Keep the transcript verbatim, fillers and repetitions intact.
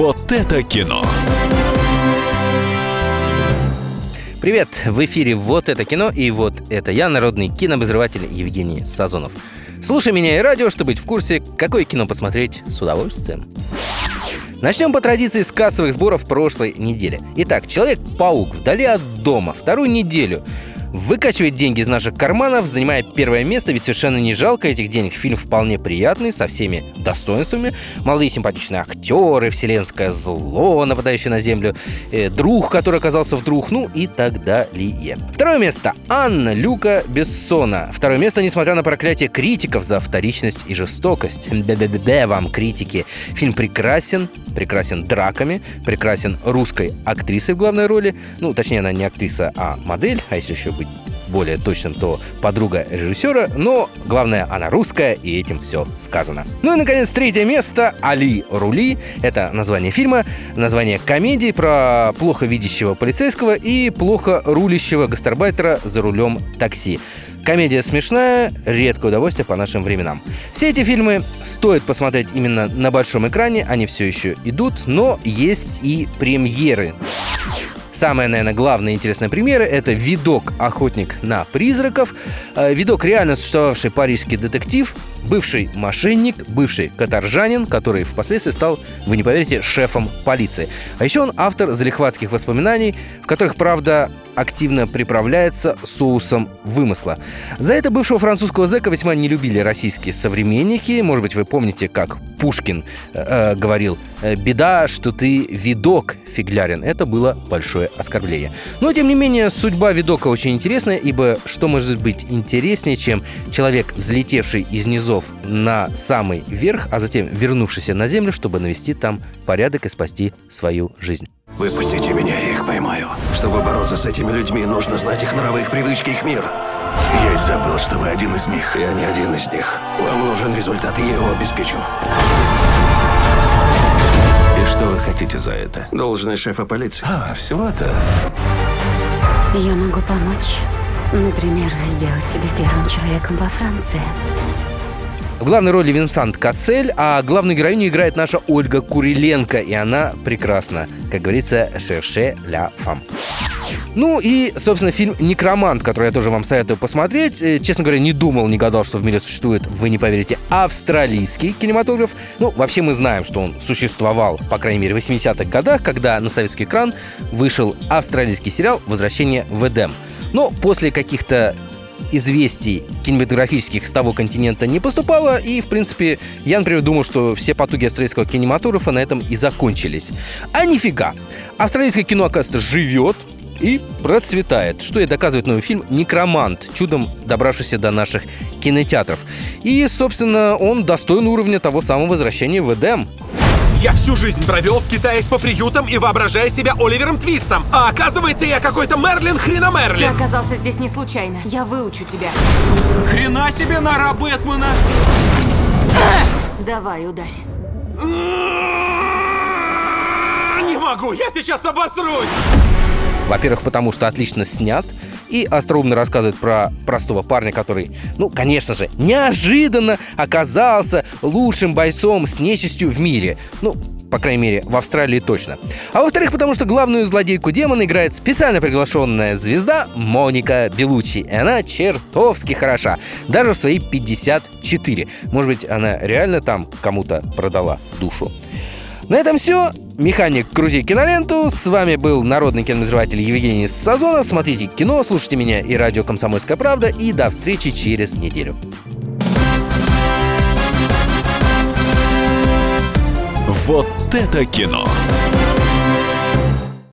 Вот это кино. Привет! В эфире «Вот это кино», и вот это я, народный кинообозреватель Евгений Сазонов. Слушай меня и радио, чтобы быть в курсе, какое кино посмотреть с удовольствием. Начнем по традиции с кассовых сборов прошлой недели. Итак, «Человек-паук. Вдали от дома» вторую неделю выкачивает деньги из наших карманов, занимая первое место, ведь совершенно не жалко этих денег. Фильм вполне приятный, со всеми достоинствами. Молодые симпатичные актеры, вселенское зло, нападающее на Землю, э, друг, который оказался вдруг, ну и так далее. Второе место — «Анна» Люка Бессона. Второе место, несмотря на проклятие критиков за вторичность и жестокость. Бе-бе-бе вам, критики. Фильм прекрасен, прекрасен драками, прекрасен русской актрисой в главной роли. Ну, точнее, она не актриса, а модель, а если еще быть более точным, то подруга режиссера, но главное, она русская, и этим все сказано. Ну и, наконец, третье место — «Али рули». Это название фильма, название комедии про плохо видящего полицейского и плохо рулящего гастарбайтера за рулем такси. Комедия смешная, редкое удовольствие по нашим временам. Все эти фильмы стоит посмотреть именно на большом экране, они все еще идут, но есть и премьеры. Самая, наверное, главная интересная премьера — это «Видок. Охотник на призраков». Видок — реально существовавший парижский детектив, бывший мошенник, бывший каторжанин, который впоследствии стал, вы не поверите, шефом полиции. А еще он автор залихватских воспоминаний, в которых, правда, активно приправляется соусом вымысла. За это бывшего французского зэка весьма не любили российские современники. Может быть, вы помните, как Пушкин э, говорил: «Беда, что ты видок, фиглярин». Это было большое оскорбление. Но, тем не менее, судьба Видока очень интересная, ибо что может быть интереснее, чем человек, взлетевший из низов на самый верх, а затем вернувшийся на землю, чтобы навести там порядок и спасти свою жизнь. Выпустите меня, я их поймаю. Чтобы бороться с этими людьми, нужно знать их нравы, их привычки, их мир. Я и забыл, что вы один из них. Я не один из них. Вам нужен результат, и я его обеспечу. И что вы хотите за это? Должность шефа полиции. А, всего-то. Я могу помочь. Например, сделать себя первым человеком во Франции. В главной роли Винсент Кассель, а главную героиню играет наша Ольга Куриленко, и она прекрасна. Как говорится, «Cherchez la femme». Ну и, собственно, фильм «Некромант», который я тоже вам советую посмотреть. Честно говоря, не думал, не гадал, что в мире существует, вы не поверите, австралийский кинематограф. Ну, вообще мы знаем, что он существовал, по крайней мере, в восьмидесятых годах, когда на советский экран вышел австралийский сериал «Возвращение в Эдем». Но после каких-то известий кинематографических с того континента не поступало, и, в принципе, я, например, думал, что все потуги австралийского кинематографа на этом и закончились. А нифига! Австралийское кино, оказывается, живет и процветает, что и доказывает новый фильм «Некромант», чудом добравшийся до наших кинотеатров. И, собственно, он достоин уровня того самого «Возвращения в Эдем». Я всю жизнь провел, скитаясь по приютам и воображая себя Оливером Твистом. А оказывается, я какой-то Мерлин хрена Мерлин. Ты оказался здесь не случайно. Я выучу тебя. Хрена себе нора Бэтмена. Давай, ударь. Не могу, я сейчас обосрусь. Во-первых, потому что отлично снят и остроумно рассказывает про простого парня, который, ну, конечно же, неожиданно оказался лучшим бойцом с нечистью в мире. Ну, по крайней мере, в Австралии точно. А во-вторых, потому что главную злодейку демона играет специально приглашенная звезда Моника Беллуччи. И она чертовски хороша. Даже в свои пятьдесят четыре. Может быть, она реально там кому-то продала душу. На этом все. «Механик. Крути киноленту». С вами был народный кинообозреватель Евгений Сазонов. Смотрите кино, слушайте меня и радио «Комсомольская правда». И до встречи через неделю. Вот это кино!